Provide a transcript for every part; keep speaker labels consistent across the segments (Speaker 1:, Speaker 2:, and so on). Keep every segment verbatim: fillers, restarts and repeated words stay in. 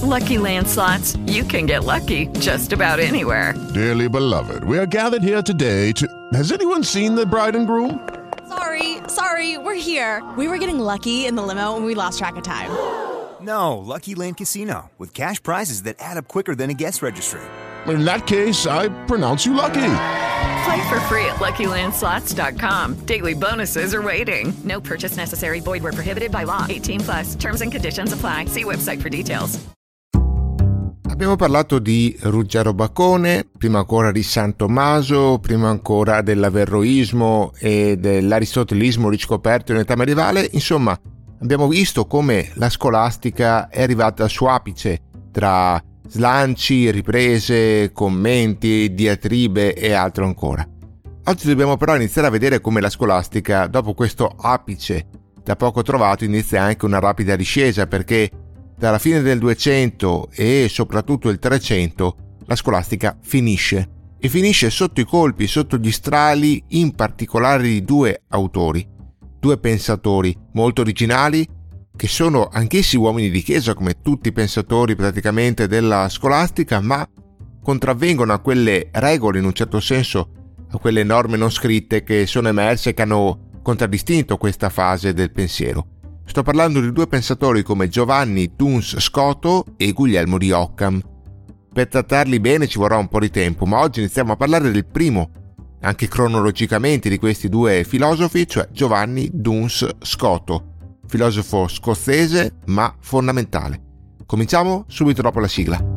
Speaker 1: Lucky Land Slots, you can get lucky just about anywhere.
Speaker 2: Dearly beloved, we are gathered here today to... Has anyone seen the bride and groom?
Speaker 3: Sorry, sorry, we're here. We were getting lucky in the limo and we lost track of time.
Speaker 4: No, Lucky Land Casino, with cash prizes that add up quicker than a guest registry.
Speaker 2: In that case, I pronounce you lucky.
Speaker 1: Play for free at Lucky Land Slots dot com. Daily bonuses are waiting. No purchase necessary. Void where prohibited by law. eighteen plus. Terms and conditions apply. See website for details.
Speaker 5: Abbiamo parlato di Ruggero Bacone, prima ancora di San Tommaso, prima ancora dell'averroismo e dell'aristotelismo riscoperto in età medievale. Insomma, abbiamo visto come la scolastica è arrivata al suo apice tra slanci, riprese, commenti, diatribe e altro ancora. Oggi dobbiamo però iniziare a vedere come la scolastica, dopo questo apice da poco trovato, inizia anche una rapida discesa, perché dalla fine del duecento e soprattutto il trecento la scolastica finisce e finisce sotto i colpi, sotto gli strali in particolare di due autori, due pensatori molto originali che sono anch'essi uomini di chiesa come tutti i pensatori praticamente della scolastica, ma contravvengono a quelle regole, in un certo senso a quelle norme non scritte che sono emerse e che hanno contraddistinto questa fase del pensiero. Sto parlando di due pensatori come Giovanni Duns Scoto e Guglielmo di Occam. Per trattarli bene ci vorrà un po' di tempo, ma oggi iniziamo a parlare del primo, anche cronologicamente, di questi due filosofi, cioè Giovanni Duns Scoto, filosofo scozzese ma fondamentale. Cominciamo subito dopo la sigla.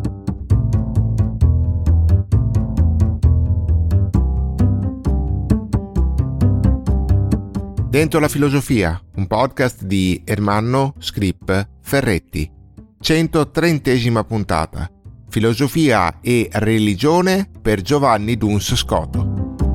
Speaker 5: Dentro la filosofia, un podcast di Ermanno Scrip Ferretti. centotrentesima puntata. Filosofia e religione per Giovanni Duns Scoto.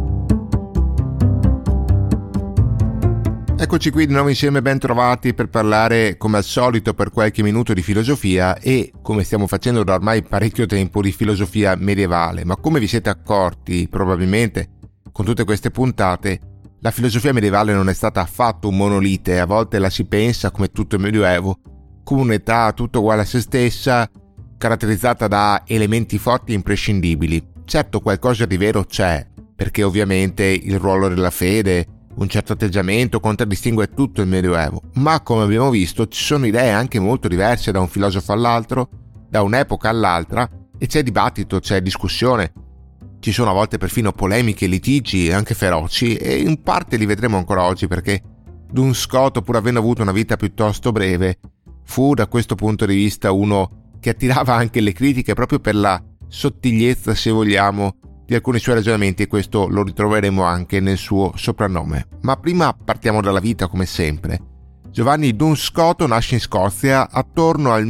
Speaker 5: Eccoci qui di nuovo insieme, ben trovati per parlare come al solito per qualche minuto di filosofia e, come stiamo facendo da ormai parecchio tempo, di filosofia medievale. Ma come vi siete accorti probabilmente con tutte queste puntate, la filosofia medievale non è stata affatto un monolite. A volte la si pensa, come tutto il Medioevo, come un'età tutto uguale a se stessa, caratterizzata da elementi forti e imprescindibili. Certo, qualcosa di vero c'è, perché ovviamente il ruolo della fede, un certo atteggiamento contraddistingue tutto il Medioevo, ma come abbiamo visto ci sono idee anche molto diverse da un filosofo all'altro, da un'epoca all'altra, e c'è dibattito, c'è discussione. Ci sono a volte perfino polemiche, litigi, anche feroci, e in parte li vedremo ancora oggi, perché Duns Scoto, pur avendo avuto una vita piuttosto breve, fu da questo punto di vista uno che attirava anche le critiche proprio per la sottigliezza, se vogliamo, di alcuni suoi ragionamenti, e questo lo ritroveremo anche nel suo soprannome. Ma prima partiamo dalla vita, come sempre. Giovanni Duns Scoto nasce in Scozia attorno al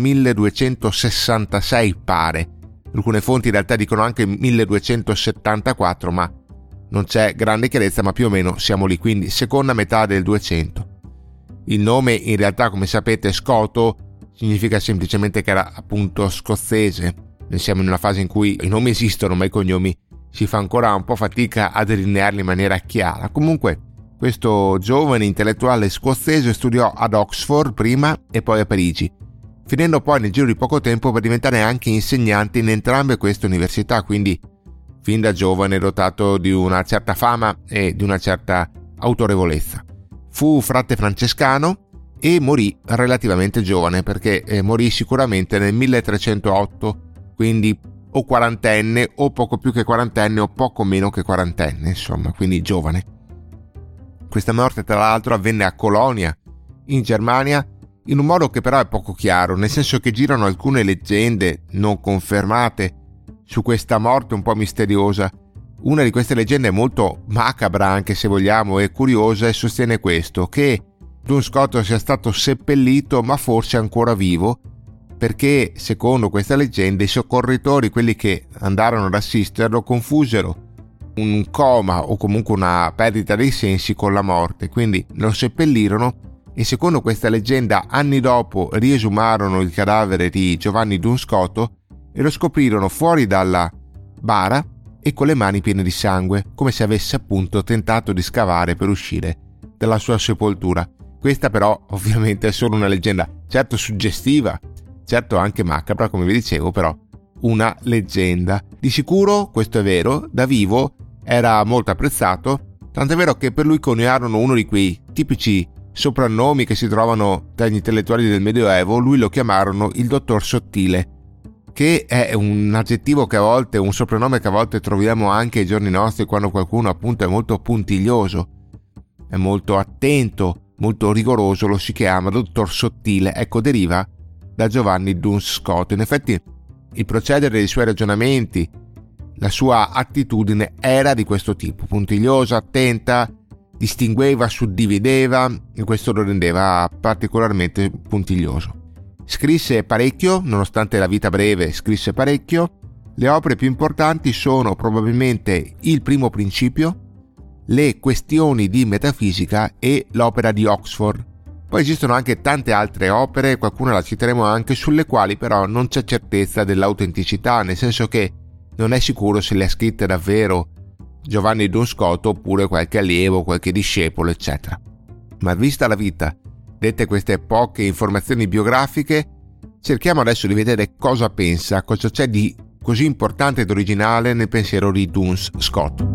Speaker 5: milleduecentosessantasei, pare. Alcune fonti in realtà dicono anche milleduecentosettantaquattro, ma non c'è grande chiarezza, ma più o meno siamo lì, quindi seconda metà del duecento. Il nome in realtà, come sapete, Scoto significa semplicemente che era appunto scozzese. Noi siamo in una fase in cui i nomi esistono, ma i cognomi si fa ancora un po' fatica a delinearli in maniera chiara. Comunque, questo giovane intellettuale scozzese studiò ad Oxford prima e poi a Parigi, finendo poi nel giro di poco tempo per diventare anche insegnante in entrambe queste università, quindi fin da giovane dotato di una certa fama e di una certa autorevolezza. Fu frate francescano e morì relativamente giovane, perché eh, morì sicuramente nel milletrecentootto, quindi o quarantenne o poco più che quarantenne o poco meno che quarantenne, insomma, quindi giovane. Questa morte tra l'altro avvenne a Colonia, in Germania, in un modo che però è poco chiaro, nel senso che girano alcune leggende non confermate su questa morte un po' misteriosa. Una di queste leggende è molto macabra, anche se vogliamo, e curiosa, e sostiene questo, che Duns Scoto sia stato seppellito ma forse ancora vivo, perché secondo questa leggenda i soccorritori, quelli che andarono ad assisterlo, confusero un coma o comunque una perdita dei sensi con la morte, quindi lo seppellirono e secondo questa leggenda anni dopo riesumarono il cadavere di Giovanni Duns Scoto e lo scoprirono fuori dalla bara e con le mani piene di sangue, come se avesse appunto tentato di scavare per uscire dalla sua sepoltura. Questa però ovviamente è solo una leggenda, certo suggestiva, certo anche macabra, come vi dicevo, però una leggenda. Di sicuro, questo è vero, da vivo era molto apprezzato, tant'è vero che per lui coniarono uno di quei tipici soprannomi che si trovano tra gli intellettuali del Medioevo. Lui lo chiamarono il dottor Sottile, che è un aggettivo che a volte, un soprannome che a volte troviamo anche ai giorni nostri, quando qualcuno appunto è molto puntiglioso, è molto attento, molto rigoroso, lo si chiama dottor Sottile. Ecco, deriva da Giovanni Duns Scot. In effetti il procedere dei suoi ragionamenti, la sua attitudine era di questo tipo, puntigliosa, attenta, distingueva, suddivideva, e questo lo rendeva particolarmente puntiglioso. Scrisse parecchio, nonostante la vita breve, scrisse parecchio. Le opere più importanti sono probabilmente Il Primo Principio, Le Questioni di Metafisica e l'Opera di Oxford. Poi esistono anche tante altre opere, qualcuna la citeremo anche, sulle quali però non c'è certezza dell'autenticità, nel senso che non è sicuro se le ha scritte davvero Giovanni Duns Scot oppure qualche allievo, qualche discepolo, eccetera. Ma vista la vita, dette queste poche informazioni biografiche, cerchiamo adesso di vedere cosa pensa, cosa c'è di così importante ed originale nel pensiero di Duns Scot.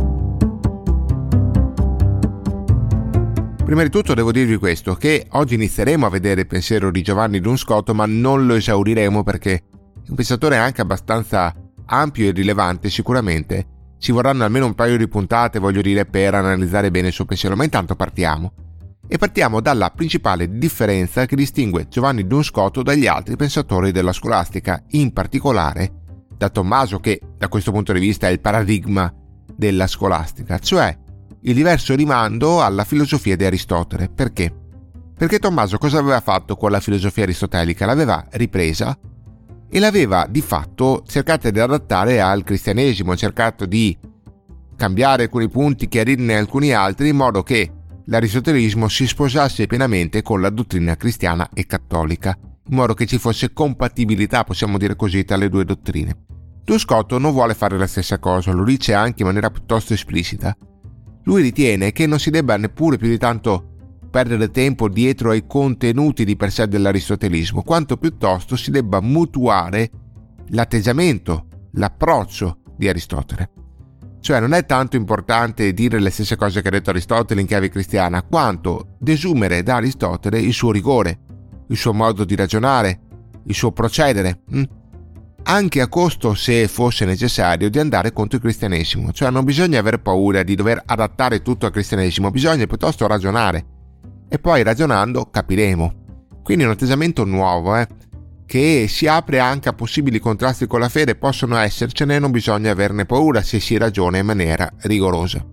Speaker 5: Prima di tutto devo dirvi questo, che oggi inizieremo a vedere il pensiero di Giovanni Duns Scot, ma non lo esauriremo perché è un pensatore anche abbastanza ampio e rilevante. Sicuramente ci vorranno almeno un paio di puntate, voglio dire, per analizzare bene il suo pensiero, ma intanto partiamo. E partiamo dalla principale differenza che distingue Giovanni Duns Scot dagli altri pensatori della scolastica, in particolare da Tommaso, che da questo punto di vista è il paradigma della scolastica, cioè il diverso rimando alla filosofia di Aristotele. Perché? Perché Tommaso cosa aveva fatto con la filosofia aristotelica? L'aveva ripresa e l'aveva di fatto cercato di adattare al cristianesimo, cercato di cambiare alcuni punti, chiarirne alcuni altri, in modo che l'aristotelismo si sposasse pienamente con la dottrina cristiana e cattolica, in modo che ci fosse compatibilità, possiamo dire così, tra le due dottrine. Duns Scot non vuole fare la stessa cosa, lo dice anche in maniera piuttosto esplicita. Lui ritiene che non si debba neppure più di tanto perdere tempo dietro ai contenuti di per sé dell'aristotelismo, quanto piuttosto si debba mutuare l'atteggiamento, l'approccio di Aristotele. Cioè non è tanto importante dire le stesse cose che ha detto Aristotele in chiave cristiana, quanto desumere da Aristotele il suo rigore, il suo modo di ragionare, il suo procedere, hm? anche a costo, se fosse necessario, di andare contro il cristianesimo. Cioè non bisogna aver paura di dover adattare tutto al cristianesimo, bisogna piuttosto ragionare e poi ragionando capiremo. Quindi un atteggiamento nuovo, eh, che si apre anche a possibili contrasti con la fede. Possono essercene, non bisogna averne paura se si ragiona in maniera rigorosa.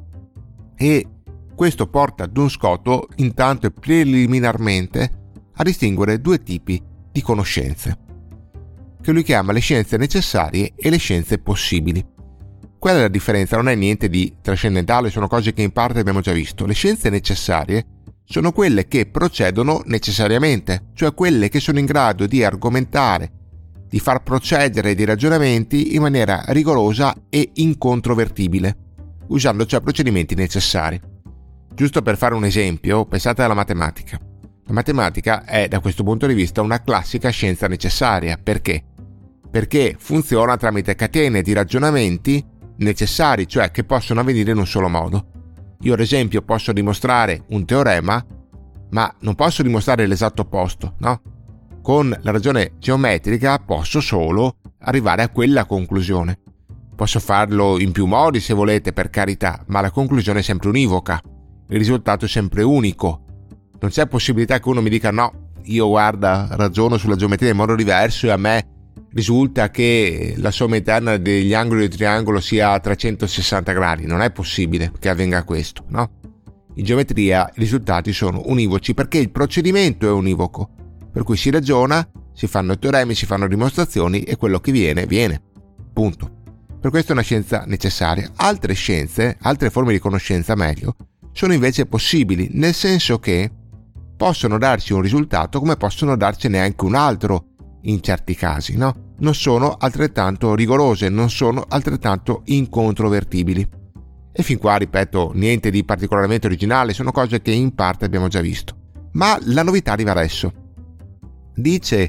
Speaker 5: E questo porta Duns Scot intanto e preliminarmente a distinguere due tipi di conoscenze, che lui chiama le scienze necessarie e le scienze possibili. Qual è la differenza? Non è niente di trascendentale, sono cose che in parte abbiamo già visto. Le scienze necessarie sono quelle che procedono necessariamente, cioè quelle che sono in grado di argomentare, di far procedere dei ragionamenti in maniera rigorosa e incontrovertibile, usando cioè procedimenti necessari. Giusto per fare un esempio, pensate alla matematica. La matematica è, da questo punto di vista, una classica scienza necessaria. Perché? Perché funziona tramite catene di ragionamenti necessari, cioè che possono avvenire in un solo modo. Io, ad esempio, posso dimostrare un teorema, ma non posso dimostrare l'esatto opposto, no? Con la ragione geometrica posso solo arrivare a quella conclusione. Posso farlo in più modi, se volete, per carità, ma la conclusione è sempre univoca. Il risultato è sempre unico. Non c'è possibilità che uno mi dica no, io guarda, ragiono sulla geometria in modo diverso e a me risulta che la somma interna degli angoli del triangolo sia a trecentosessanta gradi. Non è possibile che avvenga questo, no? In geometria i risultati sono univoci perché il procedimento è univoco, per cui si ragiona, si fanno teoremi, si fanno dimostrazioni e quello che viene, viene. Punto. Per questo è una scienza necessaria. Altre scienze, altre forme di conoscenza meglio, sono invece possibili, nel senso che possono darci un risultato come possono darcene anche un altro in certi casi, no? Non sono altrettanto rigorose, non sono altrettanto incontrovertibili. E fin qua, ripeto, niente di particolarmente originale, sono cose che in parte abbiamo già visto. Ma la novità arriva adesso. Dice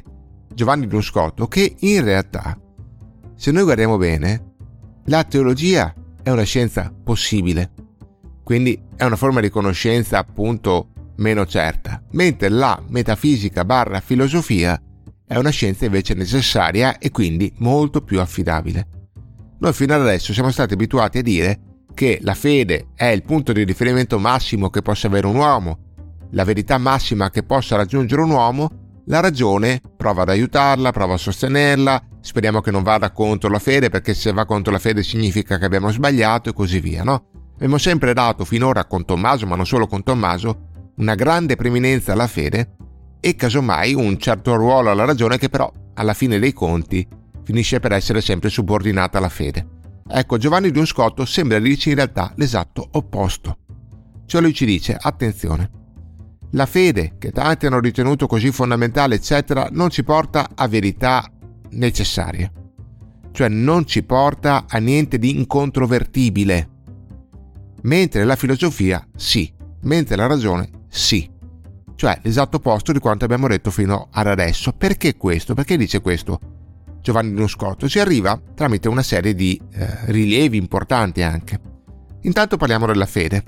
Speaker 5: Giovanni Duns Scoto che in realtà, se noi guardiamo bene, la teologia è una scienza possibile, quindi è una forma di conoscenza appunto meno certa, mentre la metafisica barra filosofia è una scienza invece necessaria e quindi molto più affidabile. Noi fino ad adesso siamo stati abituati a dire che la fede è il punto di riferimento massimo che possa avere un uomo, la verità massima che possa raggiungere un uomo, la ragione prova ad aiutarla, prova a sostenerla, speriamo che non vada contro la fede, perché se va contro la fede significa che abbiamo sbagliato e così via, no? Abbiamo sempre dato finora con Tommaso, ma non solo con Tommaso, una grande preeminenza alla fede e casomai un certo ruolo alla ragione che però alla fine dei conti finisce per essere sempre subordinata alla fede. Ecco, Giovanni Duns Scoto sembra dirci in realtà l'esatto opposto. Cioè lui ci dice, attenzione, la fede, che tanti hanno ritenuto così fondamentale, eccetera, non ci porta a verità necessarie. Cioè non ci porta a niente di incontrovertibile. Mentre la filosofia, sì. Mentre la ragione, sì. Cioè l'esatto opposto di quanto abbiamo detto fino ad adesso. Perché questo? Perché dice questo Giovanni Duns Scoto? Ci arriva tramite una serie di eh, rilievi importanti anche. Intanto parliamo della fede.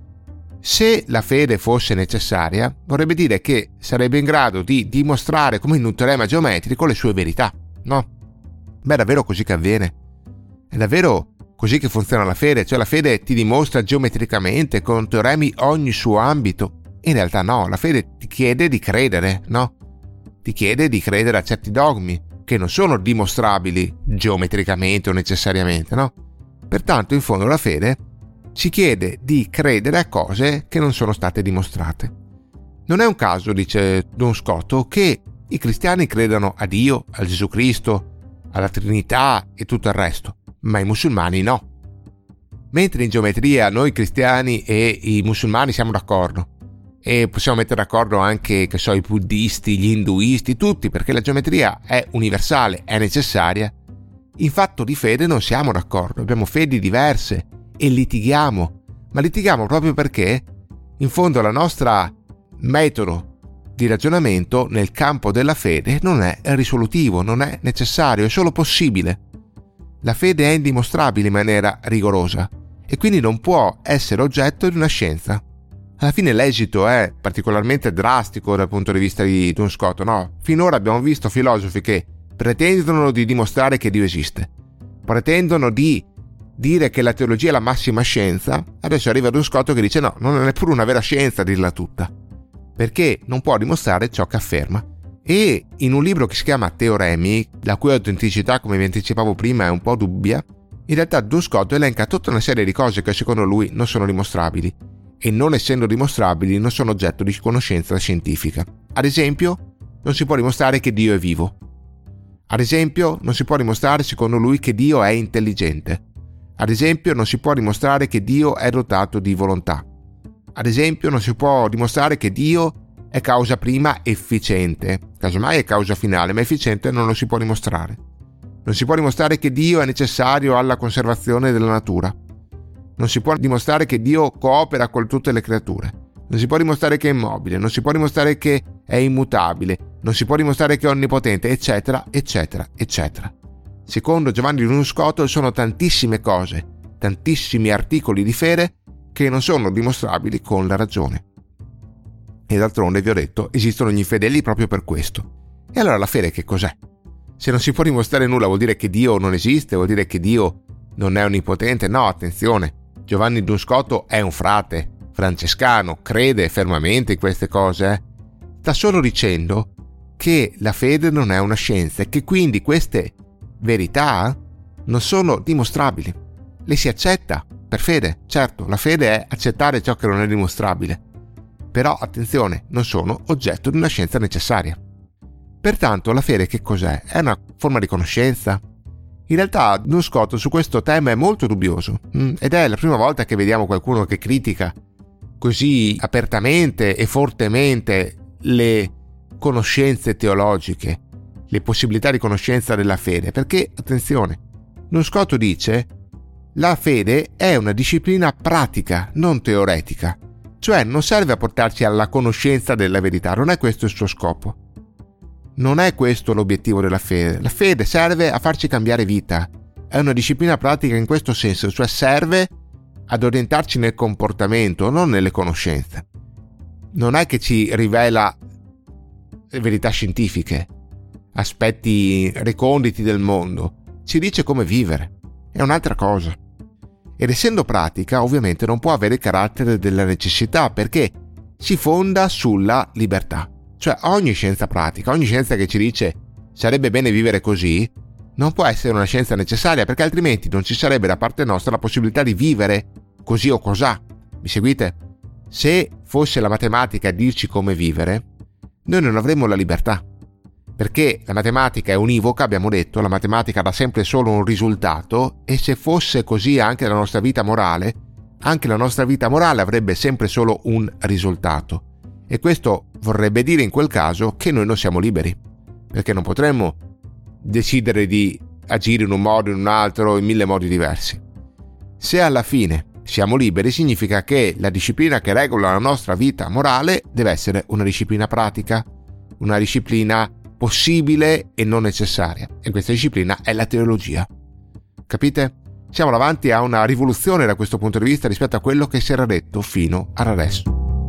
Speaker 5: Se la fede fosse necessaria, vorrebbe dire che sarebbe in grado di dimostrare come in un teorema geometrico le sue verità, no? Beh, è davvero così che avviene? È davvero così che funziona la fede? Cioè la fede ti dimostra geometricamente con teoremi ogni suo ambito? In realtà no, la fede ti chiede di credere, no? Ti chiede di credere a certi dogmi che non sono dimostrabili geometricamente o necessariamente, no? Pertanto in fondo la fede ci chiede di credere a cose che non sono state dimostrate. Non è un caso, dice Duns Scoto, che i cristiani credano a Dio, a Gesù Cristo, alla Trinità e tutto il resto, ma i musulmani no. Mentre in geometria noi cristiani e i musulmani siamo d'accordo, e possiamo mettere d'accordo anche, che so, i buddisti, gli induisti, tutti, perché la geometria è universale, è necessaria, in fatto di fede non siamo d'accordo, abbiamo fedi diverse e litighiamo, ma litighiamo proprio perché in fondo la nostra metodo di ragionamento nel campo della fede non è risolutivo, non è necessario, è solo possibile. La fede è indimostrabile in maniera rigorosa e quindi non può essere oggetto di una scienza. Alla fine l'esito è particolarmente drastico dal punto di vista di Duns Scoto, no? Finora abbiamo visto filosofi che pretendono di dimostrare che Dio esiste, pretendono di dire che la teologia è la massima scienza. Adesso arriva Duns Scoto che dice no, non è neppure una vera scienza a dirla tutta, perché non può dimostrare ciò che afferma. E in un libro che si chiama Teoremi, la cui autenticità, come vi anticipavo prima, è un po' dubbia, in realtà Duns Scoto elenca tutta una serie di cose che secondo lui non sono dimostrabili e non essendo dimostrabili non sono oggetto di conoscenza scientifica. Ad esempio, non si può dimostrare che Dio è vivo. Ad esempio, non si può dimostrare secondo lui che Dio è intelligente. Ad esempio, non si può dimostrare che Dio è dotato di volontà. Ad esempio, non si può dimostrare che Dio è causa prima efficiente. Casomai è causa finale, ma efficiente non lo si può dimostrare. Non si può dimostrare che Dio è necessario alla conservazione della natura. Non si può dimostrare che Dio coopera con tutte le creature. Non si può dimostrare che è immobile. Non si può dimostrare che è immutabile. Non si può dimostrare che è onnipotente, eccetera, eccetera, eccetera. Secondo Giovanni Duns Scoto sono tantissime cose, tantissimi articoli di fede che non sono dimostrabili con la ragione. E d'altronde, vi ho detto, esistono gli infedeli proprio per questo. E allora la fede che cos'è? Se non si può dimostrare nulla vuol dire che Dio non esiste, vuol dire che Dio non è onnipotente? No, attenzione, Giovanni Duns Scoto è un frate francescano, crede fermamente in queste cose, eh? Sta solo dicendo che la fede non è una scienza e che quindi queste verità non sono dimostrabili. Le si accetta per fede, certo, la fede è accettare ciò che non è dimostrabile, però attenzione, non sono oggetto di una scienza necessaria. Pertanto la fede che cos'è? È una forma di conoscenza? In realtà Duns Scoto su questo tema è molto dubbioso ed è la prima volta che vediamo qualcuno che critica così apertamente e fortemente le conoscenze teologiche, le possibilità di conoscenza della fede, perché, attenzione, Duns Scoto dice la fede è una disciplina pratica, non teoretica, cioè non serve a portarci alla conoscenza della verità, non è questo il suo scopo. Non è questo l'obiettivo della fede. La fede serve a farci cambiare vita. È una disciplina pratica in questo senso, cioè serve ad orientarci nel comportamento, non nelle conoscenze. Non è che ci rivela verità scientifiche, aspetti reconditi del mondo. Ci dice come vivere. È un'altra cosa. Ed essendo pratica, ovviamente non può avere il carattere della necessità, perché si fonda sulla libertà. Cioè ogni scienza pratica, ogni scienza che ci dice sarebbe bene vivere così, non può essere una scienza necessaria, perché altrimenti non ci sarebbe da parte nostra la possibilità di vivere così o cos'ha. Mi seguite? Se fosse la matematica a dirci come vivere, noi non avremmo la libertà. Perché la matematica è univoca, abbiamo detto, la matematica dà sempre solo un risultato, e se fosse così anche la nostra vita morale, anche la nostra vita morale avrebbe sempre solo un risultato. E questo vorrebbe dire in quel caso che noi non siamo liberi, perché non potremmo decidere di agire in un modo, in un altro, in mille modi diversi. Se alla fine siamo liberi, significa che la disciplina che regola la nostra vita morale deve essere una disciplina pratica, una disciplina possibile e non necessaria. E questa disciplina è la teologia. Capite? Siamo davanti a una rivoluzione da questo punto di vista rispetto a quello che si era detto fino ad adesso.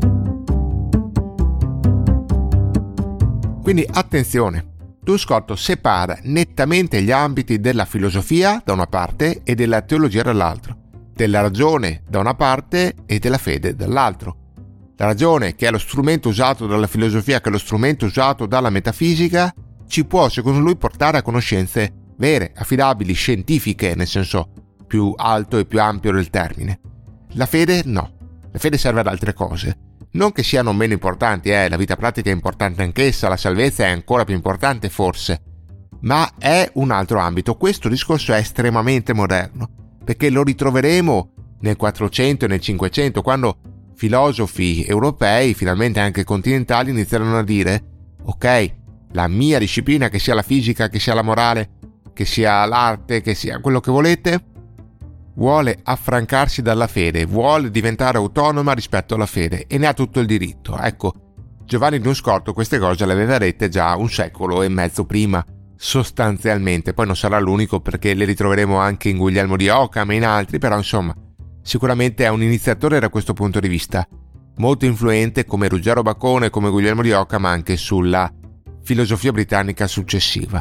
Speaker 5: Quindi attenzione, Duns Scotus separa nettamente gli ambiti della filosofia da una parte e della teologia dall'altra, della ragione da una parte e della fede dall'altro. La ragione, che è lo strumento usato dalla filosofia, che è lo strumento usato dalla metafisica, ci può, secondo lui, portare a conoscenze vere, affidabili, scientifiche, nel senso più alto e più ampio del termine. La fede no, la fede serve ad altre cose. Non che siano meno importanti, eh, la vita pratica è importante anch'essa, la salvezza è ancora più importante forse, ma è un altro ambito. Questo discorso è estremamente moderno, perché lo ritroveremo nel quattrocento e nel cinquecento, quando filosofi europei, finalmente anche continentali, iniziarono a dire: ok, la mia disciplina, che sia la fisica, che sia la morale, che sia l'arte, che sia quello che volete, vuole affrancarsi dalla fede, vuole diventare autonoma rispetto alla fede, e ne ha tutto il diritto. Ecco, Giovanni Duns Scotus queste cose le aveva dette già un secolo e mezzo prima, sostanzialmente. Poi non sarà l'unico, perché le ritroveremo anche in Guglielmo di Ockham e in altri, però insomma sicuramente è un iniziatore da questo punto di vista, molto influente come Ruggero Bacone, come Guglielmo di Ockham, anche sulla filosofia britannica successiva.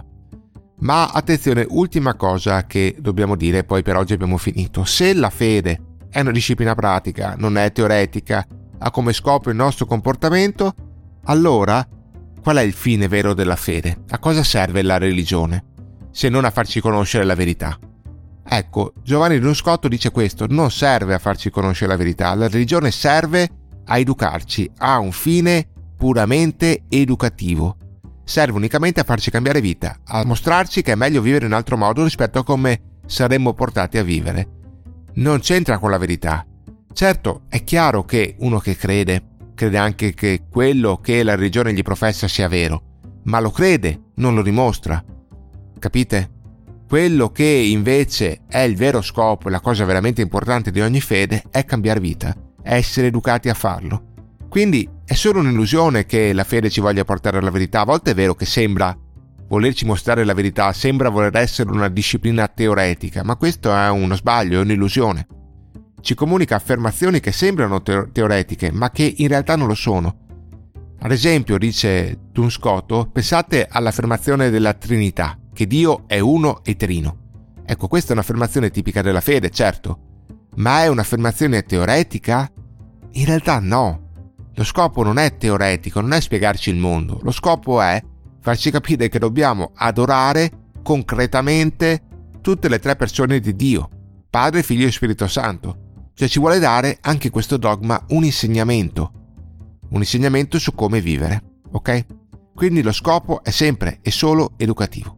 Speaker 5: Ma attenzione, ultima cosa che dobbiamo dire, poi per oggi abbiamo finito. Se la fede è una disciplina pratica, non è teoretica, ha come scopo il nostro comportamento, allora qual è il fine vero della fede? A cosa serve la religione, se non a farci conoscere la verità? Ecco, Giovanni Duns Scotus dice questo: non serve a farci conoscere la verità, la religione serve a educarci, ha un fine puramente educativo. Serve unicamente a farci cambiare vita, a mostrarci che è meglio vivere in un altro modo rispetto a come saremmo portati a vivere. Non c'entra con la verità. Certo, è chiaro che uno che crede, crede anche che quello che la religione gli professa sia vero, ma lo crede, non lo dimostra. Capite? Quello che invece è il vero scopo e la cosa veramente importante di ogni fede è cambiare vita, è essere educati a farlo. Quindi è solo un'illusione che la fede ci voglia portare alla verità. A volte è vero che sembra volerci mostrare la verità, sembra voler essere una disciplina teoretica, ma questo è uno sbaglio, è un'illusione. Ci comunica affermazioni che sembrano te- teoretiche, ma che in realtà non lo sono. Ad esempio, dice Duns Scotus, pensate all'affermazione della Trinità, che Dio è uno e trino. Ecco, questa è un'affermazione tipica della fede, certo, ma è un'affermazione teoretica? In realtà no. Lo scopo non è teoretico, non è spiegarci il mondo. Lo scopo è farci capire che dobbiamo adorare concretamente tutte le tre persone di Dio, Padre, Figlio e Spirito Santo. Cioè ci vuole dare anche questo dogma un insegnamento, un insegnamento su come vivere, ok? Quindi lo scopo è sempre e solo educativo.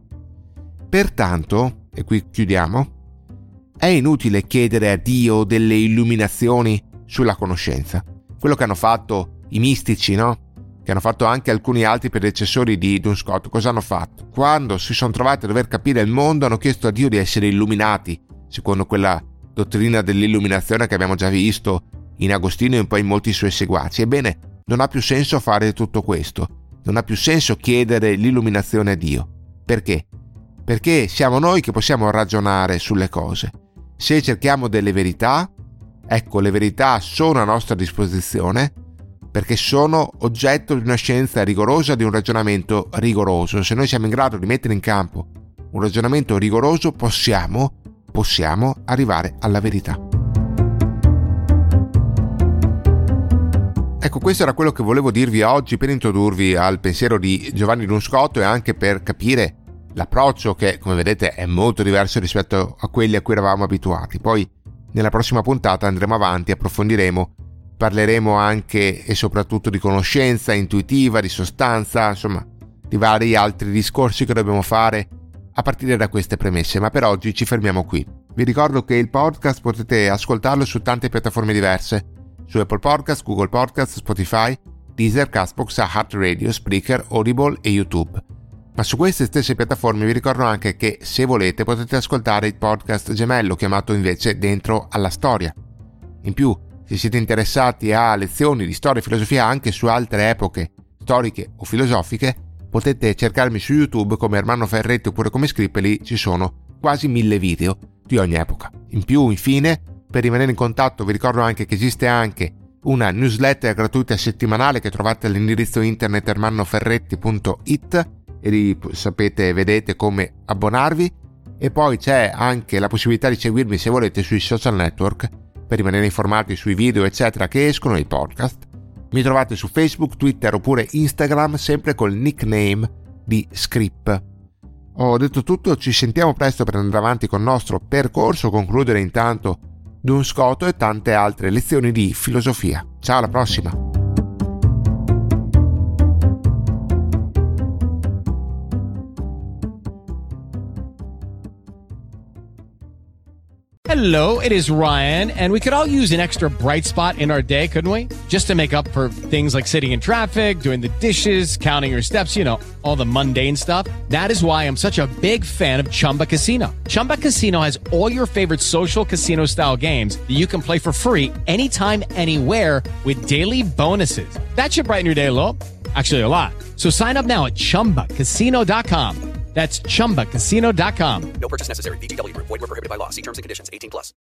Speaker 5: Pertanto, e qui chiudiamo, è inutile chiedere a Dio delle illuminazioni sulla conoscenza. Quello che hanno fatto i mistici, no? Che hanno fatto anche alcuni altri predecessori di Duns Scotus. Cosa hanno fatto? Quando si sono trovati a dover capire il mondo, hanno chiesto a Dio di essere illuminati, secondo quella dottrina dell'illuminazione che abbiamo già visto in Agostino e poi in molti suoi seguaci. Ebbene, non ha più senso fare tutto questo. Non ha più senso chiedere l'illuminazione a Dio. Perché? Perché siamo noi che possiamo ragionare sulle cose. Se cerchiamo delle verità, ecco, le verità sono a nostra disposizione perché sono oggetto di una scienza rigorosa, di un ragionamento rigoroso. Se noi siamo in grado di mettere in campo un ragionamento rigoroso, possiamo, possiamo arrivare alla verità. Ecco, questo era quello che volevo dirvi oggi per introdurvi al pensiero di Giovanni Lunscotto e anche per capire l'approccio che, come vedete, è molto diverso rispetto a quelli a cui eravamo abituati. Poi nella prossima puntata andremo avanti, approfondiremo, parleremo anche e soprattutto di conoscenza intuitiva, di sostanza, insomma, di vari altri discorsi che dobbiamo fare a partire da queste premesse, ma per oggi ci fermiamo qui. Vi ricordo che il podcast potete ascoltarlo su tante piattaforme diverse, su Apple Podcast, Google Podcast, Spotify, Deezer, Castbox, iHeartRadio, Spreaker, Audible e YouTube. Ma su queste stesse piattaforme vi ricordo anche che, se volete, potete ascoltare il podcast gemello chiamato invece Dentro alla Storia. In più, se siete interessati a lezioni di storia e filosofia anche su altre epoche storiche o filosofiche, potete cercarmi su YouTube come Ermanno Ferretti oppure come Scrippeli, ci sono quasi mille video di ogni epoca. In più, infine, per rimanere in contatto vi ricordo anche che esiste anche una newsletter gratuita settimanale che trovate all'indirizzo internet ermannoferretti punto it e lì sapete, vedete come abbonarvi, e poi c'è anche la possibilità di seguirmi se volete sui social network per rimanere informati sui video eccetera che escono, i podcast. Mi trovate su Facebook, Twitter oppure Instagram sempre col nickname di Scripp. Ho detto tutto, ci sentiamo presto per andare avanti con il nostro percorso, concludere intanto Lunscotto e tante altre lezioni di filosofia. Ciao, alla prossima!
Speaker 6: Hello, it is Ryan, and we could all use an extra bright spot in our day, couldn't we? Just to make up for things like sitting in traffic, doing the dishes, counting your steps, you know, all the mundane stuff. That is why I'm such a big fan of Chumba Casino. Chumba Casino has all your favorite social casino-style games that you can play for free anytime, anywhere with daily bonuses. That should brighten your day a little. Actually, a lot. So sign up now at chumba casino dot com. That's chumba casino dot com.
Speaker 7: No purchase necessary. V G W Group. Void where prohibited by law. See terms and conditions. eighteen plus.